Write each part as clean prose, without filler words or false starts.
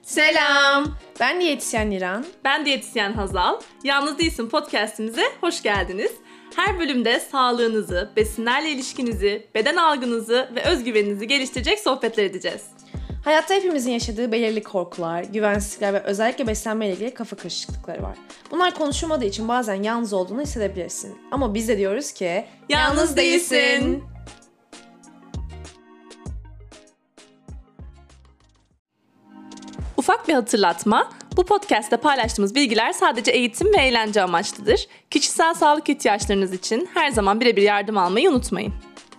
Selam. Ben diyetisyen Niran. Ben diyetisyen Hazal. Yalnız Değilsin podcastimize hoş geldiniz. Her bölümde sağlığınızı, besinlerle ilişkinizi, beden algınızı ve özgüveninizi geliştirecek sohbetler edeceğiz. Hayatta hepimizin yaşadığı belirli korkular, güvensizlikler ve özellikle beslenmeyle ilgili kafa karışıklıkları var. Bunlar konuşulmadığı için bazen yalnız olduğunu hissedebilirsin. Ama biz de diyoruz ki yalnız değilsin. Ufak bir hatırlatma, bu podcast'te paylaştığımız bilgiler sadece eğitim ve eğlence amaçlıdır. Kişisel sağlık ihtiyaçlarınız için her zaman birebir yardım almayı unutmayın.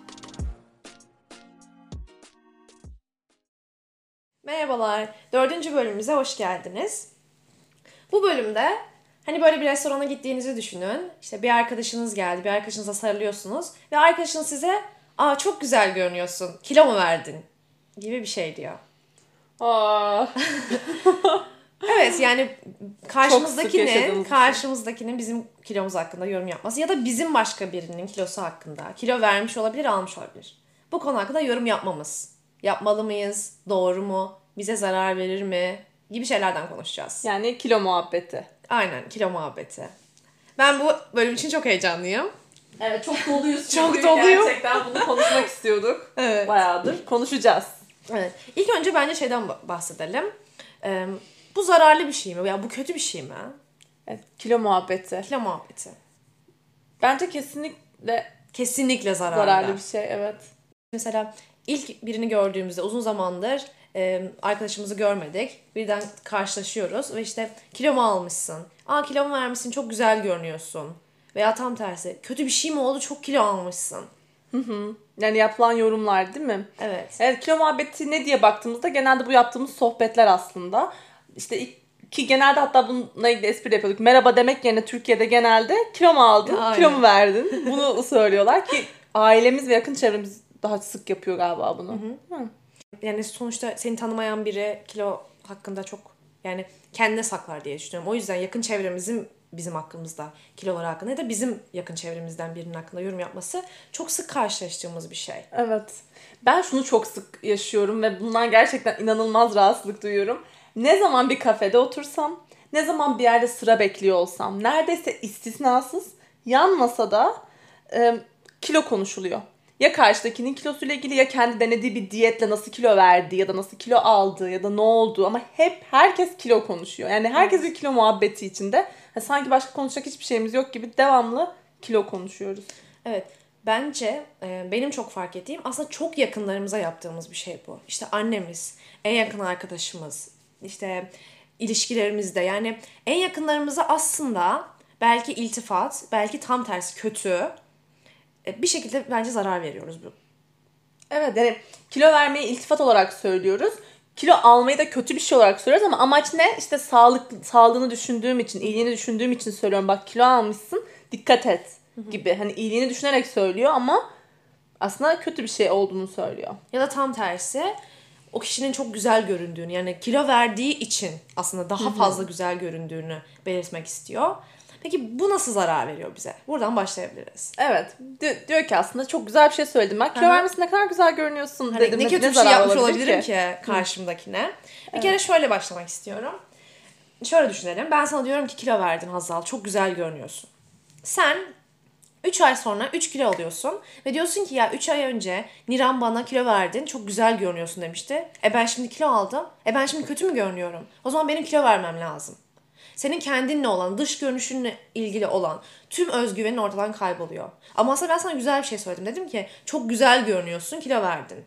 Merhabalar, 4. bölümümüze hoş geldiniz. Bu bölümde hani böyle bir restorana gittiğinizi düşünün. İşte bir arkadaşınız geldi, bir arkadaşınıza sarılıyorsunuz ve arkadaşınız size "Aa çok güzel görünüyorsun, kilo mu verdin?" gibi bir şey diyor. Evet, yani karşımızdakinin bizim kilomuz hakkında yorum yapması ya da bizim başka birinin kilosu hakkında, kilo vermiş olabilir, almış olabilir. Bu konu hakkında yorum yapmamız. Yapmalı mıyız? Doğru mu? Bize zarar verir mi? Gibi şeylerden konuşacağız. Yani kilo muhabbeti. Aynen, kilo muhabbeti. Ben bu bölüm için çok heyecanlıyım. Evet, çok doluyuz. Çok doluyum. Gerçekten bunu konuşmak istiyorduk. Evet. Bayağıdır. Konuşacağız. Evet. İlk önce bence şeyden bahsedelim. Bu zararlı bir şey mi? Veya bu kötü bir şey mi? Evet, kilo muhabbeti. Kilo muhabbeti. Bence kesinlikle zararlı bir şey, evet. Mesela ilk birini gördüğümüzde uzun zamandır arkadaşımızı görmedik. Birden karşılaşıyoruz ve işte kilo mu almışsın? Aa kilo mu vermişsin? Çok güzel görünüyorsun. Veya tam tersi. Kötü bir şey mi oldu? Çok kilo almışsın. Yani yapılan yorumlar değil mi? Evet. Evet, kilo muhabbeti ne diye baktığımızda genelde bu yaptığımız sohbetler aslında. İşte ki genelde hatta bununla ilgili espri yapıyorduk. Merhaba demek yerine Türkiye'de genelde kilo mu aldın, Aynen. kilo mu verdin? Bunu söylüyorlar ki ailemiz ve yakın çevremiz daha sık yapıyor galiba bunu. Hı. Yani sonuçta seni tanımayan biri kilo hakkında çok yani kendine saklar diye düşünüyorum. O yüzden yakın çevremizin bizim hakkımızda kilolar hakkında ya da bizim yakın çevremizden birinin hakkında yorum yapması çok sık karşılaştığımız bir şey. Evet. Ben şunu çok sık yaşıyorum ve bundan gerçekten inanılmaz rahatsızlık duyuyorum. Ne zaman bir kafede otursam, ne zaman bir yerde sıra bekliyor olsam, neredeyse istisnasız yan masada kilo konuşuluyor. Ya karşıdakinin kilosuyla ilgili ya kendi denediği bir diyetle nasıl kilo verdi ya da nasıl kilo aldı ya da ne oldu ama hep herkes kilo konuşuyor. Yani herkes bir kilo muhabbeti içinde. Sanki başka konuşacak hiçbir şeyimiz yok gibi devamlı kilo konuşuyoruz. Evet. Bence benim çok fark ettiğim aslında çok yakınlarımıza yaptığımız bir şey bu. İşte annemiz, en yakın arkadaşımız, işte ilişkilerimizde yani en yakınlarımıza aslında belki iltifat, belki tam tersi kötü bir şekilde bence zarar veriyoruz bu. Evet, yani kilo vermeyi iltifat olarak söylüyoruz. Kilo almayı da kötü bir şey olarak söylüyoruz ama amaç ne? İşte sağlığını düşündüğüm için, iyiliğini düşündüğüm için söylüyorum. Bak kilo almışsın, dikkat et gibi. Hani iyiliğini düşünerek söylüyor ama aslında kötü bir şey olduğunu söylüyor. Ya da tam tersi o kişinin çok güzel göründüğünü yani kilo verdiği için aslında daha fazla güzel göründüğünü belirtmek istiyor. Peki bu nasıl zarar veriyor bize? Buradan başlayabiliriz. Evet. Diyor ki aslında çok güzel bir şey söyledim. Ben kilo vermişsin, ne kadar güzel görünüyorsun hani dedim. Ne kötü bir şey yapmış olabilirim ki karşımdakine. Bir kere şöyle başlamak istiyorum. Şöyle düşünelim. Ben sana diyorum ki kilo verdin Hazal. Çok güzel görünüyorsun. Sen 3 ay sonra 3 kilo alıyorsun. Ve diyorsun ki ya 3 ay önce Niran bana kilo verdin. Çok güzel görünüyorsun demişti. Ben şimdi kilo aldım. Ben şimdi kötü mü görünüyorum? O zaman benim kilo vermem lazım. Senin kendinle olan, dış görünüşünle ilgili olan tüm özgüvenin ortadan kayboluyor. Ama aslında ben sana güzel bir şey söyledim. Dedim ki çok güzel görünüyorsun, kilo verdin.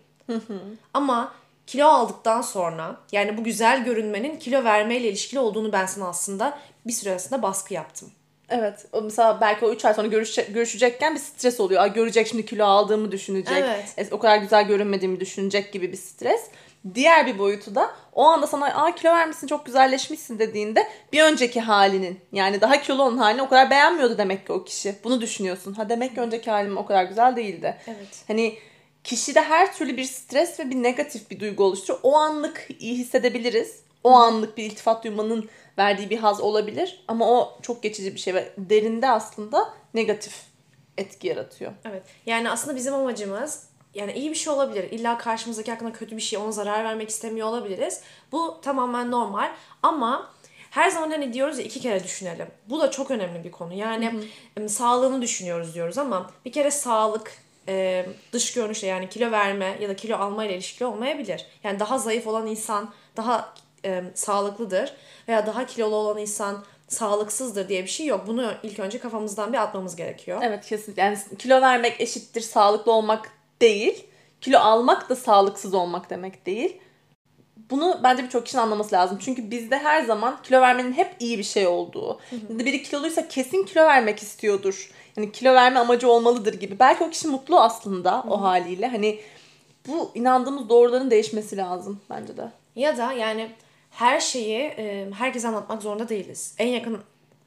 Ama kilo aldıktan sonra yani bu güzel görünmenin kilo vermeyle ilişkili olduğunu ben sana aslında bir süre arasında baskı yaptım. Evet. Mesela belki o 3 ay sonra görüşecekken bir stres oluyor. Görecek şimdi kilo aldığımı düşünecek. Evet. O kadar güzel görünmediğimi düşünecek gibi bir stres. Diğer bir boyutu da o anda sana kilo vermişsin, çok güzelleşmişsin dediğinde bir önceki halinin yani daha kilolu olan halini o kadar beğenmiyordu demek ki o kişi. Bunu düşünüyorsun. Demek ki önceki halim o kadar güzel değildi. Evet. Hani kişide her türlü bir stres ve bir negatif bir duygu oluşturuyor. O anlık iyi hissedebiliriz. O anlık bir iltifat duymanın verdiği bir haz olabilir. Ama o çok geçici bir şey ve derinde aslında negatif etki yaratıyor. Evet. Yani aslında bizim amacımız yani iyi bir şey olabilir. İlla karşımızdaki hakkında kötü bir şey, ona zarar vermek istemiyor olabiliriz. Bu tamamen normal ama her zaman hani diyoruz ya 2 kere düşünelim. Bu da çok önemli bir konu. Yani sağlığını düşünüyoruz diyoruz ama bir kere sağlık dış görünüşle yani kilo verme ya da kilo alma ile ilişkili olmayabilir. Yani daha zayıf olan insan daha sağlıklıdır veya daha kilolu olan insan sağlıksızdır diye bir şey yok. Bunu ilk önce kafamızdan bir atmamız gerekiyor. Evet kesinlikle. Yani kilo vermek eşittir sağlıklı olmak değil. Kilo almak da sağlıksız olmak demek değil. Bunu bence birçok kişinin anlaması lazım. Çünkü bizde her zaman kilo vermenin hep iyi bir şey olduğu. Biri kiloluysa kesin kilo vermek istiyordur. Yani kilo verme amacı olmalıdır gibi. Belki o kişi mutlu aslında o haliyle. Hani bu inandığımız doğruların değişmesi lazım bence de. Ya da yani her şeyi herkese anlatmak zorunda değiliz. En yakın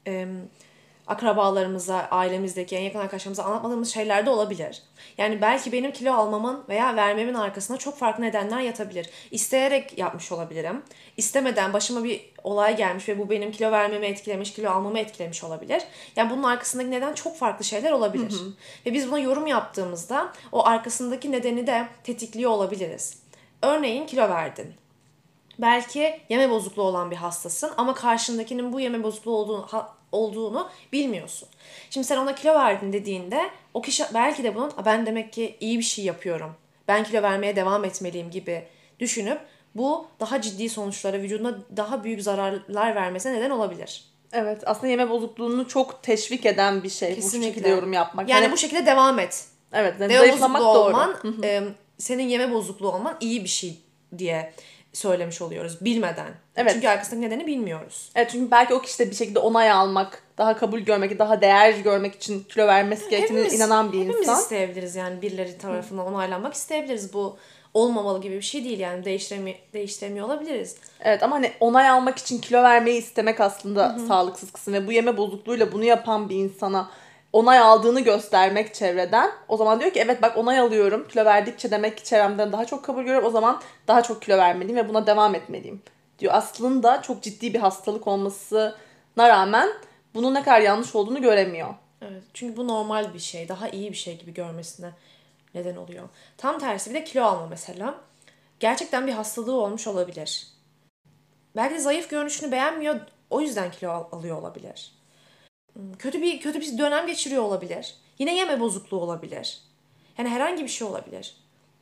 akrabalarımıza, ailemizdeki en yakın arkadaşlarımıza anlatmadığımız şeyler de olabilir. Yani belki benim kilo almamın veya vermemin arkasında çok farklı nedenler yatabilir. İsteyerek yapmış olabilirim. İstemeden başıma bir olay gelmiş ve bu benim kilo vermemi etkilemiş, kilo almamı etkilemiş olabilir. Yani bunun arkasındaki neden çok farklı şeyler olabilir. Ve biz buna yorum yaptığımızda o arkasındaki nedeni de tetikliyor olabiliriz. Örneğin kilo verdin. Belki yeme bozukluğu olan bir hastasın ama karşındakinin bu yeme bozukluğu olduğunu bilmiyorsun. Şimdi sen ona kilo verdin dediğinde o kişi belki de bunun ben demek ki iyi bir şey yapıyorum. Ben kilo vermeye devam etmeliyim gibi düşünüp bu daha ciddi sonuçlara, vücuduna daha büyük zararlar vermesine neden olabilir. Evet aslında yeme bozukluğunu çok teşvik eden bir şey. Kesinlikle. Bu şekilde yorum yapmak. Yani bu şekilde devam et. Evet yani yeme zayıflamak bozukluğu doğru. olman, senin yeme bozukluğu olman iyi bir şey diye söylemiş oluyoruz bilmeden. Evet. Çünkü arkasındaki nedeni bilmiyoruz. Evet çünkü belki o kişi de bir şekilde onay almak, daha kabul görmek, daha değer görmek için kilo vermesi gerektiğine inanan bir insan. Hepimiz isteyebiliriz yani birileri tarafından onaylanmak isteyebiliriz. Bu olmamalı gibi bir şey değil yani değiştiremiyor olabiliriz. Evet ama hani onay almak için kilo vermeyi istemek aslında sağlıksız kısım ve bu yeme bozukluğuyla bunu yapan bir insana onay aldığını göstermek çevreden o zaman diyor ki evet bak onay alıyorum kilo verdikçe demek ki çevremden daha çok kabul görüyorum o zaman daha çok kilo vermeliyim ve buna devam etmeliyim diyor. Aslında çok ciddi bir hastalık olmasına rağmen bunun ne kadar yanlış olduğunu göremiyor. Evet çünkü bu normal bir şey daha iyi bir şey gibi görmesine neden oluyor. Tam tersi bir de kilo alma mesela. Gerçekten bir hastalığı olmuş olabilir. Belki de zayıf görünüşünü beğenmiyor o yüzden kilo alıyor olabilir. Kötü bir dönem geçiriyor olabilir. Yine yeme bozukluğu olabilir. Yani herhangi bir şey olabilir.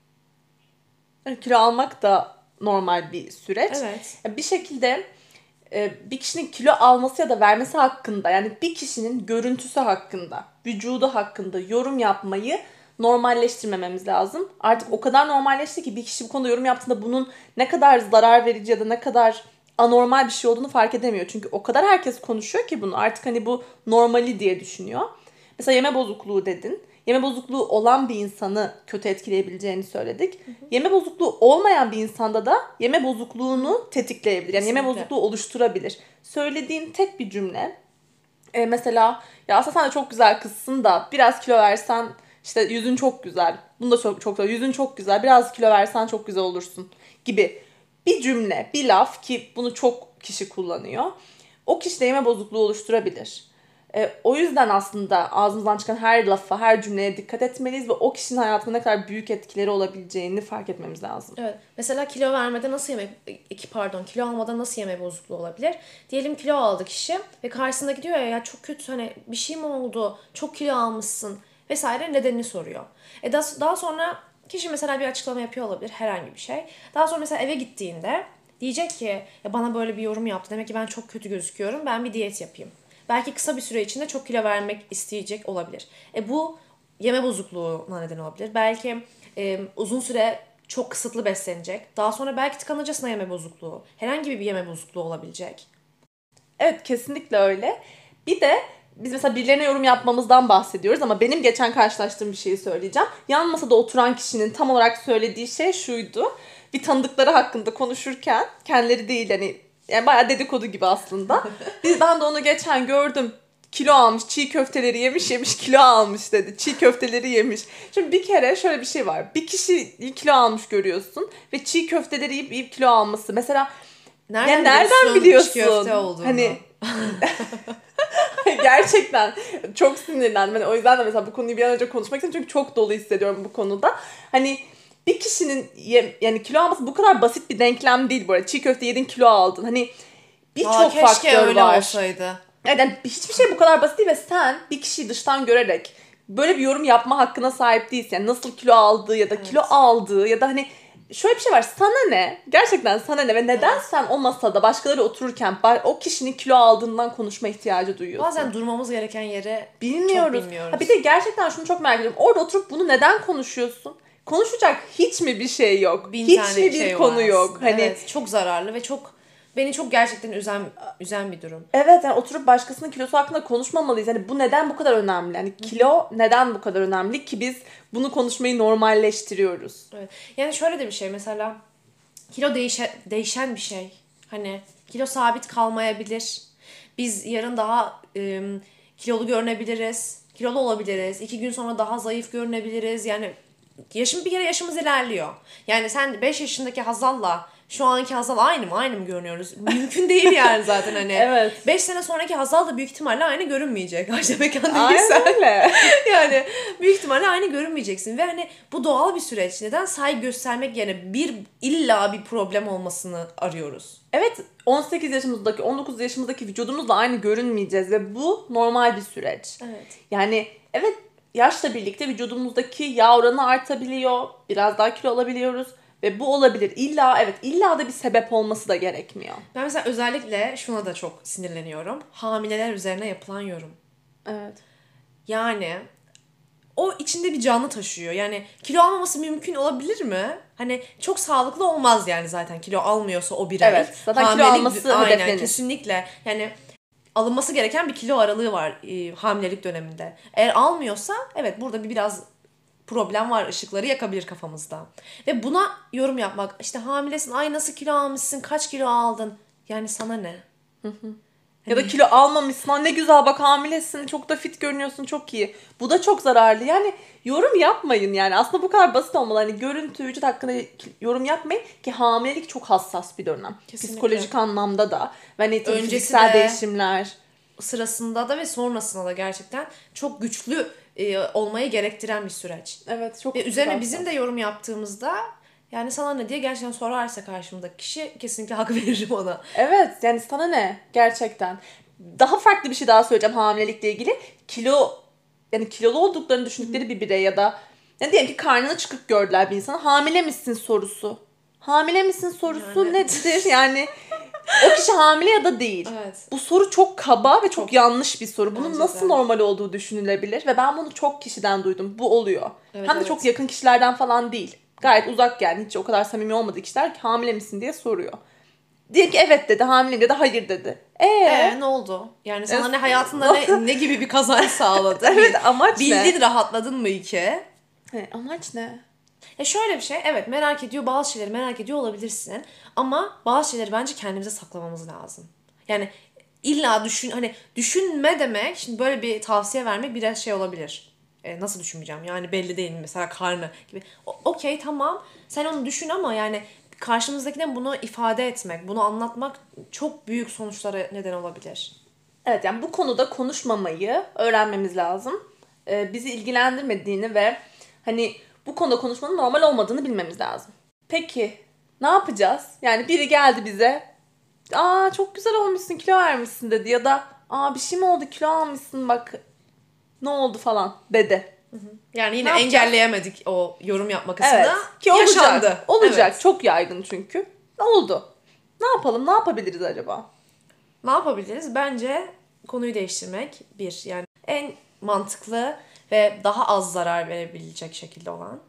Kilo almak da normal bir süreç. Evet. Bir şekilde bir kişinin kilo alması ya da vermesi hakkında yani bir kişinin görüntüsü hakkında, vücudu hakkında yorum yapmayı normalleştirmememiz lazım. Artık o kadar normalleşti ki bir kişi bu konuda yorum yaptığında bunun ne kadar zarar verici ya da ne kadar anormal bir şey olduğunu fark edemiyor. Çünkü o kadar herkes konuşuyor ki bunu artık hani bu normali diye düşünüyor. Mesela yeme bozukluğu dedin. Yeme bozukluğu olan bir insanı kötü etkileyebileceğini söyledik. Yeme bozukluğu olmayan bir insanda da yeme bozukluğunu tetikleyebilir. Yani yeme bozukluğu oluşturabilir. Söylediğin tek bir cümle. Mesela ya aslında sen de çok güzel kızsın da biraz kilo versen işte yüzün çok güzel. Bunu da çok güzel. Yüzün çok güzel. Biraz kilo versen çok güzel olursun gibi bir cümle, bir laf ki bunu çok kişi kullanıyor. O kişide yeme bozukluğu oluşturabilir. O yüzden aslında ağzımızdan çıkan her lafa, her cümleye dikkat etmeliyiz ve o kişinin hayatında ne kadar büyük etkileri olabileceğini fark etmemiz lazım. Evet. Mesela kilo almadan nasıl yeme bozukluğu olabilir? Diyelim kilo aldı kişi ve karşısındaki diyor ya çok kötü hani bir şey mi oldu? Çok kilo almışsın vesaire nedenini soruyor. Daha sonra kişi mesela bir açıklama yapıyor olabilir herhangi bir şey. Daha sonra mesela eve gittiğinde diyecek ki ya bana böyle bir yorum yaptı. Demek ki ben çok kötü gözüküyorum. Ben bir diyet yapayım. Belki kısa bir süre içinde çok kilo vermek isteyecek olabilir. Bu yeme bozukluğuna neden olabilir. Belki uzun süre çok kısıtlı beslenecek. Daha sonra belki tıkanıcasına yeme bozukluğu. Herhangi bir yeme bozukluğu olabilecek. Evet kesinlikle öyle. Bir de biz mesela birilerine yorum yapmamızdan bahsediyoruz ama benim geçen karşılaştığım bir şeyi söyleyeceğim. Yan masada oturan kişinin tam olarak söylediği şey şuydu. Bir tanıdıkları hakkında konuşurken kendileri değil hani yani bayağı dedikodu gibi aslında. Ben de onu geçen gördüm. Kilo almış, çiğ köfteleri yemiş kilo almış dedi. Çiğ köfteleri yemiş. Şimdi bir kere şöyle bir şey var. Bir kişi kilo almış görüyorsun ve çiğ köfteleri yiyip kilo alması. Mesela nereden biliyorsun? Çiğ köfte olduğunu? Hani Gerçekten çok sinirlendim. Hani o yüzden de mesela bu konuyu bir an önce konuşmak istiyorum. Çünkü çok dolu hissediyorum bu konuda. Hani bir kişinin yani kilo alması bu kadar basit bir denklem değil bu arada. Çiğ köfte yedin, kilo aldın. Hani birçok faktör var. Keşke öyle olsaydı. Yani hiçbir şey bu kadar basit değil ve sen bir kişiyi dıştan görerek böyle bir yorum yapma hakkına sahip değilsin. Yani nasıl kilo aldığı ya da kilo aldığı ya da hani şöyle bir şey var. Sana ne? Gerçekten sana ne? Ve neden sen o masada başkaları otururken o kişinin kilo aldığından konuşma ihtiyacı duyuyorsun? Bazen durmamız gereken yere bilmiyoruz. çok bilmiyoruz. Ha bir de gerçekten şunu çok merak ediyorum. Orada oturup bunu neden konuşuyorsun? Konuşacak hiç mi bir şey yok? Bin hiç tane mi bir şey konu var yok? aslında. Hani Evet, çok zararlı ve beni çok gerçekten üzen bir durum. evet, yani oturup başkasının kilosu hakkında konuşmamalıyız. Hani bu neden bu kadar önemli? Yani kilo neden bu kadar önemli ki biz bunu konuşmayı normalleştiriyoruz? Evet. Yani şöyle de bir şey mesela kilo değişen bir şey. Hani kilo sabit kalmayabilir. Biz yarın daha kilolu görünebiliriz. Kilolu olabiliriz. 2 gün sonra daha zayıf görünebiliriz. Yani bir kere yaşımız ilerliyor. Yani sen 5 yaşındaki Hazal'la şu anki Hazal aynı mı? Aynı mı görünüyoruz? Mümkün değil yani zaten hani. Evet. 5 sene sonraki Hazal da büyük ihtimalle aynı görünmeyecek. Ajda Pekkan Aynen değilsen. öyle. Yani büyük ihtimalle aynı görünmeyeceksin. Ve hani bu doğal bir süreç. Neden saygı göstermek yerine illa bir problem olmasını arıyoruz? Evet, 18 yaşımızdaki, 19 yaşımızdaki vücudumuzla aynı görünmeyeceğiz ve bu normal bir süreç. Evet. Yani evet, yaşla birlikte vücudumuzdaki yağ oranı artabiliyor, biraz daha kilo alabiliyoruz ve bu olabilir. İlla da bir sebep olması da gerekmiyor. Ben mesela özellikle şuna da çok sinirleniyorum. Hamileler üzerine yapılan yorum. Evet. Yani o içinde bir canlı taşıyor. Yani kilo almaması mümkün olabilir mi? Hani çok sağlıklı olmaz yani zaten kilo almıyorsa o birey. Evet, zaten kilo alması aynen, hedeflenir. kesinlikle. Yani alınması gereken bir kilo aralığı var hamilelik döneminde. Eğer almıyorsa evet burada biraz problem var, ışıkları yakabilir kafamızda. Ve buna yorum yapmak, işte hamilesin, ay nasıl kilo almışsın, kaç kilo aldın? Yani sana ne? Ya da kilo almamışsın, ne güzel bak hamilesin, çok da fit görünüyorsun, çok iyi. Bu da çok zararlı. Yani yorum yapmayın yani. Aslında bu kadar basit olmalı. Hani görüntü, vücut hakkında yorum yapmayın ki hamilelik çok hassas bir dönem. Kesinlikle. Psikolojik anlamda da. Ve hani tabii Öncesi fiziksel de, değişimler. sırasında da ve sonrasında da gerçekten çok güçlü olmayı gerektiren bir süreç. Evet, çok Ve üzerine hassas. bizim de yorum yaptığımızda yani sana ne diye gerçekten sorarsa karşımdaki kişi kesinlikle hak veririm ona. Evet, yani sana ne gerçekten. Daha farklı bir şey daha söyleyeceğim hamilelikle ilgili. Yani kilolu olduklarını düşündükleri bir birey ya da ne diyelim ki karnını çıkık gördüler bir insana. Hamile misin sorusu. Hamile misin sorusu Yani. nedir? Yani o kişi hamile ya da değil. Evet. Bu soru çok kaba ve çok yanlış bir soru. Bunun Bence nasıl de. normal olduğu düşünülebilir ve ben bunu çok kişiden duydum. Bu oluyor. Evet, Hem de evet. çok yakın kişilerden falan değil. Gayet uzak yani. Hiç o kadar samimi olmadığı kişiler ki hamile misin diye soruyor. Diyelim ki evet dedi, hamileyim dedi, hayır dedi. Ne oldu? Yani sana ne hayatında ne gibi bir kazanç sağladı? Evet, amaç ne? Bildin, rahatladın mı ki? Amaç ne? Şöyle bir şey, evet bazı şeyleri merak ediyor olabilirsin. Ama bazı şeyleri bence kendimize saklamamız lazım. Yani illa düşünme demek, şimdi böyle bir tavsiye vermek biraz şey olabilir. Nasıl düşünmeyeceğim? Yani belli değil mi? Mesela karnı gibi. Okey, tamam. Sen onu düşün ama yani karşımızdakine bunu ifade etmek, bunu anlatmak çok büyük sonuçlara neden olabilir. Evet, yani bu konuda konuşmamayı öğrenmemiz lazım. Bizi ilgilendirmediğini ve hani bu konuda konuşmanın normal olmadığını bilmemiz lazım. Peki ne yapacağız? Yani biri geldi bize, aa çok güzel olmuşsun, kilo vermişsin dedi ya da aa bir şey mi oldu, kilo almışsın bak ne oldu falan dedi. Yani yine Ne yapacağız? engelleyemedik o yorum yapma kısmını. Evet, ki olacak. Yaşandı. Olacak. Evet. Çok yaygın çünkü. Ne oldu? Ne yapalım? Ne yapabiliriz acaba? Ne yapabiliriz? Bence konuyu değiştirmek bir. Yani en mantıklı ve daha az zarar verebilecek şekilde olan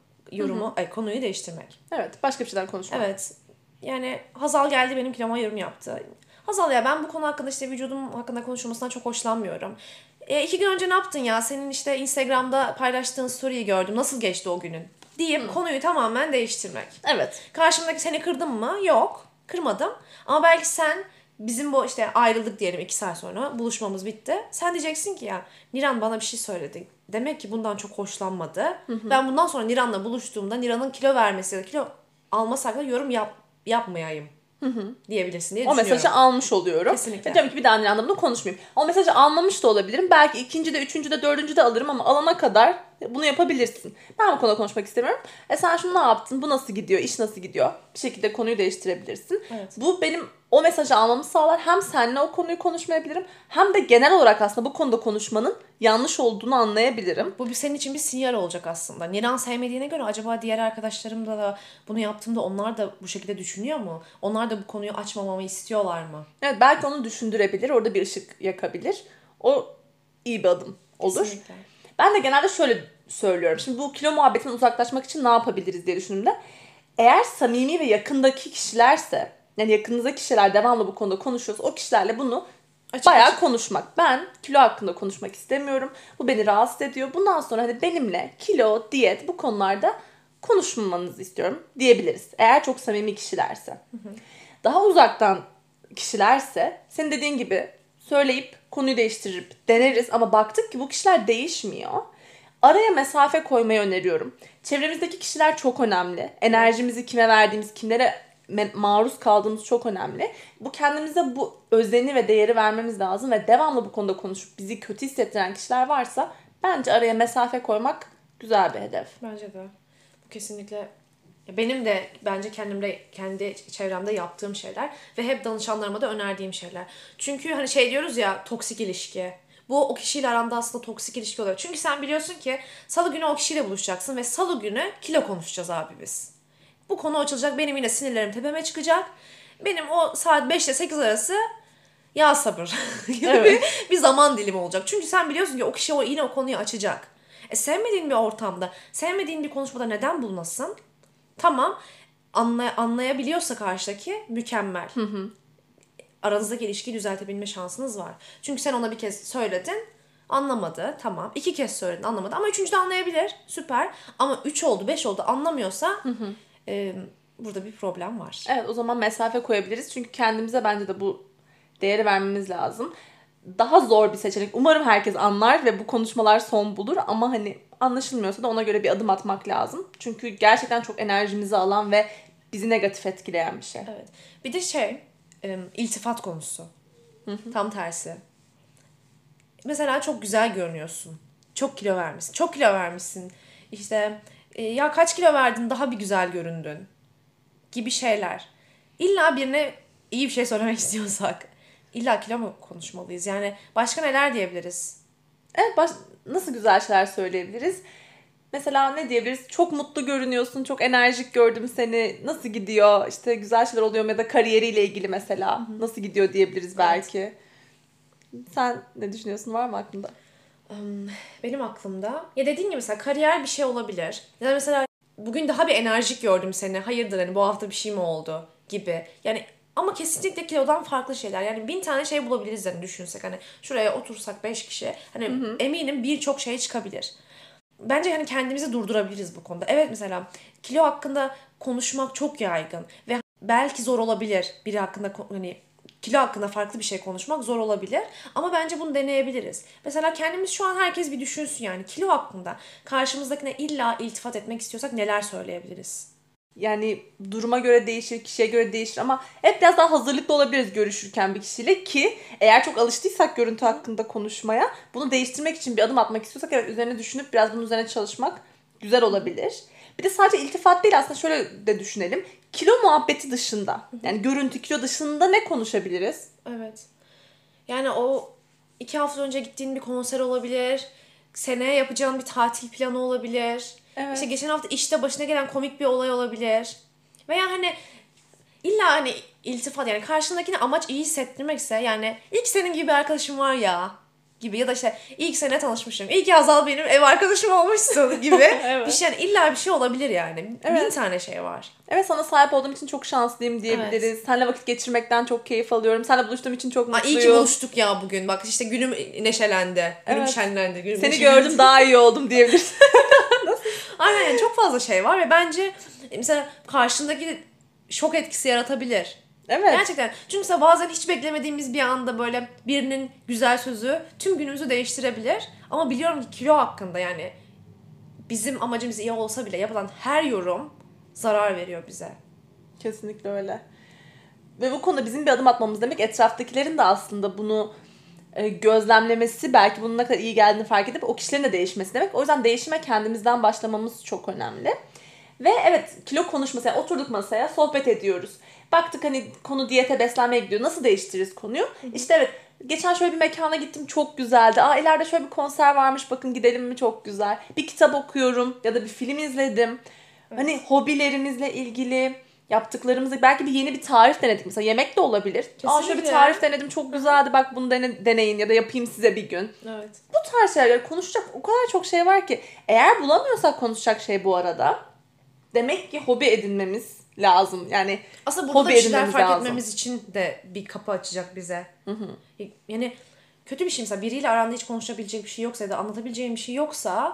konuyu değiştirmek. Evet, başka bir şeyden konuşmak. Evet. Yani Hazal geldi benim kiloma yorum yaptı. Hazal ya ben bu konu hakkında işte vücudum hakkında konuşulmasından çok hoşlanmıyorum. 2 gün önce ne yaptın ya? Senin işte Instagram'da paylaştığın story'yi gördüm. Nasıl geçti o günün? Deyip konuyu tamamen değiştirmek. Evet. Karşımdaki seni kırdım mı? Yok. Kırmadım. Ama belki sen bizim bu işte ayrıldık diyelim 2 saat sonra. Buluşmamız bitti. Sen diyeceksin ki ya Niran bana bir şey söyledi. Demek ki bundan çok hoşlanmadı. Ben bundan sonra Niran'la buluştuğumda Niran'ın kilo vermesi ya da kilo alması hakkında yorum yapmayayım. diyebilirsin diye O düşünüyorum. mesajı almış oluyorum. Kesinlikle. Ve diyorum ki bir daha annemle bunu konuşmayayım. O mesajı almamış da olabilirim. Belki ikinci de, üçüncü de, dördüncü de alırım ama alana kadar bunu yapabilirsin. Ben bu konuda konuşmak istemiyorum. Sen şunu ne yaptın? Bu nasıl gidiyor? İş nasıl gidiyor? Bir şekilde konuyu değiştirebilirsin. Evet. Bu benim o mesajı almamı sağlar. Hem seninle o konuyu konuşmayabilirim. Hem de genel olarak aslında bu konuda konuşmanın yanlış olduğunu anlayabilirim. Bu senin için bir sinyal olacak aslında. Niran sevmediğine göre acaba diğer arkadaşlarım da bunu yaptığımda onlar da bu şekilde düşünüyor mu? Onlar da bu konuyu açmamamı istiyorlar mı? Evet, belki onu düşündürebilir. Orada bir ışık yakabilir. O iyi bir adım olur. Kesinlikle. Ben de genelde şöyle söylüyorum. Şimdi bu kilo muhabbetinden uzaklaşmak için ne yapabiliriz diye düşündüğümde. Eğer samimi ve yakındaki kişilerse, yani yakınızdaki kişiler devamlı bu konuda konuşuyorsa o kişilerle bunu bayağı konuşmak. Ben kilo hakkında konuşmak istemiyorum. Bu beni rahatsız ediyor. Bundan sonra hani benimle kilo, diyet bu konularda konuşmamanızı istiyorum diyebiliriz. Eğer çok samimi kişilerse. Daha uzaktan kişilerse senin dediğin gibi söyleyip konuyu değiştirip deneriz ama baktık ki bu kişiler değişmiyor. Araya mesafe koymayı öneriyorum. Çevremizdeki kişiler çok önemli. Enerjimizi kime verdiğimiz, kimlere maruz kaldığımız çok önemli. Bu kendimize bu özeni ve değeri vermemiz lazım ve devamlı bu konuda konuşup bizi kötü hissettiren kişiler varsa bence araya mesafe koymak güzel bir hedef. Bence de. Bu kesinlikle benim de bence kendi çevremde yaptığım şeyler ve hep danışanlarıma da önerdiğim şeyler. Çünkü hani şey diyoruz ya, toksik ilişki. Bu o kişiyle aranda aslında toksik ilişki oluyor. Çünkü sen biliyorsun ki salı günü o kişiyle buluşacaksın ve salı günü kilo konuşacağız abi biz. Bu konu açılacak. Benim yine sinirlerim tepeme çıkacak. Benim o saat 5 ile 8 arası ya sabır gibi Evet. bir zaman dilimi olacak. Çünkü sen biliyorsun ki o kişi yine o konuyu açacak. Sevmediğin bir ortamda, sevmediğin bir konuşmada neden bulunasın? Tamam, anlayabiliyorsa karşıdaki mükemmel. Aranızdaki ilişkiyi düzeltebilme şansınız var. Çünkü sen ona bir kez söyledin, anlamadı. Tamam. 2 kez söyledin, anlamadı. Ama 3. de anlayabilir. Süper. Ama 3 oldu, 5 oldu anlamıyorsa burada bir problem var. Evet, o zaman mesafe koyabiliriz. Çünkü kendimize bence de bu değeri vermemiz lazım. Daha zor bir seçenek. Umarım herkes anlar ve bu konuşmalar son bulur. Ama hani anlaşılmıyorsa da ona göre bir adım atmak lazım. Çünkü gerçekten çok enerjimizi alan ve bizi negatif etkileyen bir şey. Evet. Bir de iltifat konusu. Tam tersi. Mesela çok güzel görünüyorsun. Çok kilo vermişsin. Çok kilo vermişsin. İşte ya kaç kilo verdin, daha bir güzel göründün gibi şeyler. İlla birine iyi bir şey söylemek istiyorsak illa kilo mu konuşmalıyız? Yani başka neler diyebiliriz? Evet, nasıl güzel şeyler söyleyebiliriz? Mesela ne diyebiliriz? Çok mutlu görünüyorsun, çok enerjik gördüm seni. Nasıl gidiyor? İşte güzel şeyler oluyor mu? Ya da kariyeriyle ilgili mesela. Nasıl gidiyor diyebiliriz belki. Sen ne düşünüyorsun? Var mı aklında? Benim aklımda ya dediğin gibi mesela kariyer bir şey olabilir. Ya da mesela bugün daha bir enerjik gördüm seni. Hayırdır hani bu hafta bir şey mi oldu gibi. Yani ama kesinlikle kilodan farklı şeyler. Yani 1000 tane şey bulabiliriz hani düşünsek. Hani şuraya otursak 5 kişi. Hani eminim birçok şey çıkabilir. Bence hani kendimizi durdurabiliriz bu konuda. Evet, mesela kilo hakkında konuşmak çok yaygın ve belki zor olabilir. Biri hakkında hani kilo hakkında farklı bir şey konuşmak zor olabilir. Ama bence bunu deneyebiliriz. Mesela kendimiz şu an herkes bir düşünsün, yani kilo hakkında karşımızdakine illa iltifat etmek istiyorsak neler söyleyebiliriz? Yani duruma göre değişir, kişiye göre değişir ama hep biraz daha hazırlıklı olabiliriz görüşürken bir kişiyle ki eğer çok alıştıysak görüntü hakkında konuşmaya, bunu değiştirmek için bir adım atmak istiyorsak evet, üzerine düşünüp biraz bunun üzerine çalışmak güzel olabilir. Bir de sadece iltifat değil, aslında şöyle de düşünelim. Kilo muhabbeti dışında, yani görüntü kilo dışında ne konuşabiliriz? Evet. Yani o 2 hafta önce gittiğin bir konser olabilir. Seneye yapacağın bir tatil planı olabilir. Evet. İşte geçen hafta işte başına gelen komik bir olay olabilir. Veya hani illa hani iltifat, yani karşındakine amaç iyi hissettirmekse, yani ilk senin gibi bir arkadaşım var ya gibi, ya da işte ilk sene tanışmışım. İlk Hazal benim ev arkadaşım olmuşsun gibi Evet. bir şey, yani illa bir şey olabilir yani. Evet. 1000 tane şey var. Evet, sana sahip olduğum için çok şanslıyım diyebiliriz. Evet. Seninle vakit geçirmekten çok keyif alıyorum. Seninle buluştuğum için çok mutluyum. İyi ki buluştuk ya bugün. Bak işte günüm neşelendi. Günüm Evet. şenlendi. Günüm Seni neşelendi. gördüm, daha iyi oldum diyebiliriz. Aynen, yani çok fazla şey var ve bence mesela karşındaki şok etkisi yaratabilir. Evet. Gerçekten. Çünkü mesela bazen hiç beklemediğimiz bir anda böyle birinin güzel sözü tüm günümüzü değiştirebilir. Ama biliyorum ki kilo hakkında, yani bizim amacımız iyi olsa bile yapılan her yorum zarar veriyor bize. Kesinlikle öyle. Ve bu konuda bizim bir adım atmamız demek etraftakilerin de aslında bunu gözlemlemesi, belki bunun ne kadar iyi geldiğini fark edip o kişilerin de değişmesi demek. O yüzden değişime kendimizden başlamamız çok önemli. Ve evet, kilo konuşması, yani oturduk masaya, sohbet ediyoruz. Baktık hani konu diyete, beslenmeye gidiyor. Nasıl değiştiririz konuyu? İşte evet, geçen şöyle bir mekana gittim, çok güzeldi. İleride şöyle bir konser varmış, bakın gidelim mi, çok güzel. Bir kitap okuyorum ya da bir film izledim. Evet. Hani hobilerimizle ilgili yaptıklarımızı, belki yeni bir tarif denedik. Mesela yemek de olabilir. Kesinlikle. Şöyle bir tarif denedim, çok güzeldi, bak bunu deneyin ya da yapayım size bir gün. Evet. Bu tarz şeyler, konuşacak o kadar çok şey var ki. Eğer bulamıyorsak konuşacak şey bu arada, demek ki hobi edinmemiz lazım. Yani aslında burada da bir şeyler fark etmemiz için de bir kapı açacak bize. Yani kötü bir şey, mesela biriyle aranda hiç konuşabilecek bir şey yoksa ya da anlatabileceğin bir şey yoksa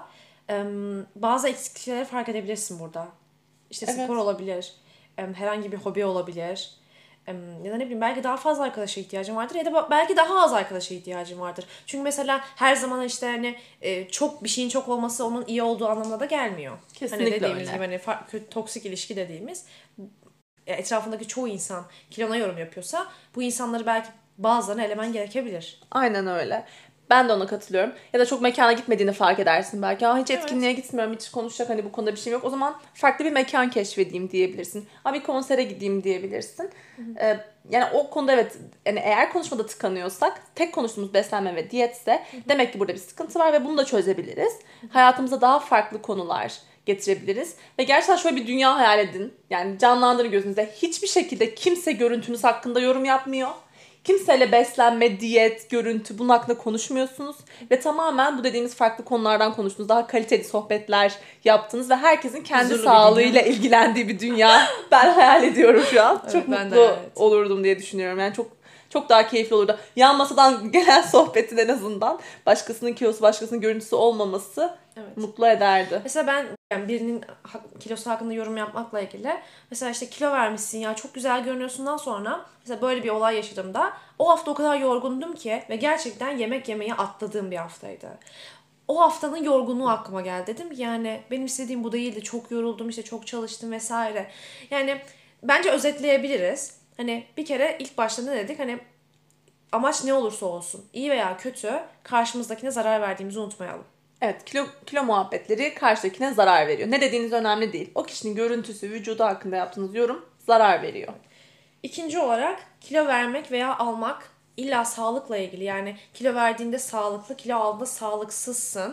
bazı eksiklikleri fark edebilirsin burada. İşte spor olabilir, herhangi bir hobi olabilir. Ya da ne bileyim, belki daha fazla arkadaşa ihtiyacın vardır ya da belki daha az arkadaşa ihtiyacın vardır. Çünkü mesela her zaman işte hani çok bir şeyin çok olması onun iyi olduğu anlamına da gelmiyor. Kesinlikle hani dediğimiz öyle. gibi hani toksik ilişki dediğimiz, etrafındaki çoğu insan kilona yorum yapıyorsa bu insanları belki bazılarına elemen gerekebilir. Aynen öyle. Ben de ona katılıyorum. Ya da çok mekana gitmediğini fark edersin belki. Hiç etkinliğe gitmiyorum, hiç konuşacak hani bu konuda bir şeyim yok. O zaman farklı bir mekan keşfedeyim diyebilirsin. Bir konsere gideyim diyebilirsin. Yani o konuda evet, yani eğer konuşmada tıkanıyorsak, tek konuştuğumuz beslenme ve diyetse demek ki burada bir sıkıntı var ve bunu da çözebiliriz. Hayatımıza daha farklı konular getirebiliriz. Ve gerçekten şöyle bir dünya hayal edin. Yani canlandırın gözünüzde. Hiçbir şekilde kimse görüntünüz hakkında yorum yapmıyor. Kimseyle beslenme, diyet, görüntü bunun hakkında konuşmuyorsunuz. Ve tamamen bu dediğimiz farklı konulardan konuştunuz. Daha kaliteli sohbetler yaptınız ve herkesin kendi huzurlu sağlığıyla ilgilendiği bir dünya ben hayal ediyorum şu an. Evet, çok mutlu olurdum diye düşünüyorum. Yani çok daha keyifli olurdu. Yan masadan gelen sohbetin en azından başkasının kilosu, başkasının görüntüsü olmaması mutlu ederdi. Mesela ben yani birinin kilosu hakkında yorum yapmakla ilgili, mesela işte kilo vermişsin ya, çok güzel görünüyorsundan sonra mesela böyle bir olay yaşadığımda, o hafta o kadar yorgundum ki ve gerçekten yemek yemeyi atladığım bir haftaydı. O haftanın yorgunluğu aklıma geldi. Dedim ki yani benim istediğim bu değildi. Çok yoruldum, işte çok çalıştım vesaire. Yani bence özetleyebiliriz. Hani bir kere ilk başta ne dedik? Hani amaç ne olursa olsun, iyi veya kötü, karşımızdakine zarar verdiğimizi unutmayalım. Evet, kilo muhabbetleri karşıdakine zarar veriyor. Ne dediğiniz önemli değil. O kişinin görüntüsü, vücudu hakkında yaptığınız yorum zarar veriyor. İkinci olarak, kilo vermek veya almak illa sağlıkla ilgili. Yani kilo verdiğinde sağlıklı, kilo aldığında sağlıksızsın.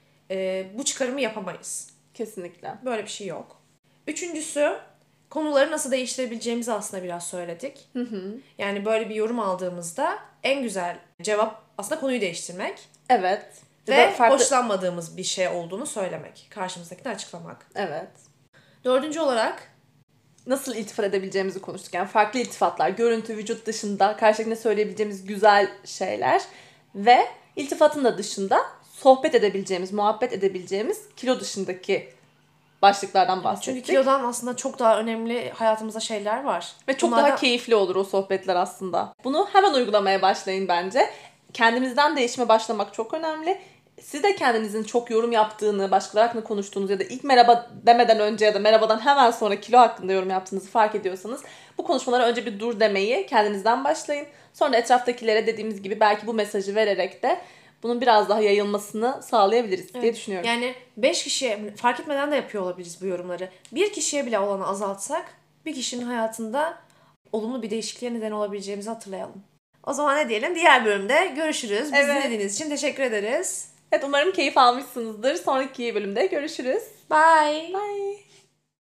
Bu çıkarımı yapamayız. Kesinlikle. Böyle bir şey yok. Üçüncüsü, konuları nasıl değiştirebileceğimizi aslında biraz söyledik. Yani böyle bir yorum aldığımızda en güzel cevap aslında konuyu değiştirmek. Evet. Ve hoşlanmadığımız bir şey olduğunu söylemek. Karşımızdakini açıklamak. Evet. Dördüncü olarak, nasıl iltifat edebileceğimizi konuştuk. Yani farklı iltifatlar, görüntü, vücut dışında karşıdakine söyleyebileceğimiz güzel şeyler ve iltifatın da dışında sohbet edebileceğimiz, muhabbet edebileceğimiz kilo dışındaki başlıklardan bahsettik. Çünkü kilodan aslında çok daha önemli hayatımızda şeyler var. Ve çok daha keyifli olur o sohbetler aslında. Bunu hemen uygulamaya başlayın bence. Kendimizden değişime başlamak çok önemli. Siz de kendinizin çok yorum yaptığını, başkaları hakkında konuştuğunuz ya da ilk merhaba demeden önce ya da merhabadan hemen sonra kilo hakkında yorum yaptığınızı fark ediyorsanız, bu konuşmalara önce bir dur demeyi kendinizden başlayın. Sonra etraftakilere dediğimiz gibi belki bu mesajı vererek de bunun biraz daha yayılmasını sağlayabiliriz diye düşünüyorum. Yani 5 kişiye fark etmeden de yapıyor olabiliriz bu yorumları. Bir kişiye bile olanı azaltsak bir kişinin hayatında olumlu bir değişikliğe neden olabileceğimizi hatırlayalım. O zaman ne diyelim? Diğer bölümde görüşürüz. Bizi dinlediğiniz için teşekkür ederiz. Evet, umarım keyif almışsınızdır. Sonraki bölümde görüşürüz. Bye. Bye.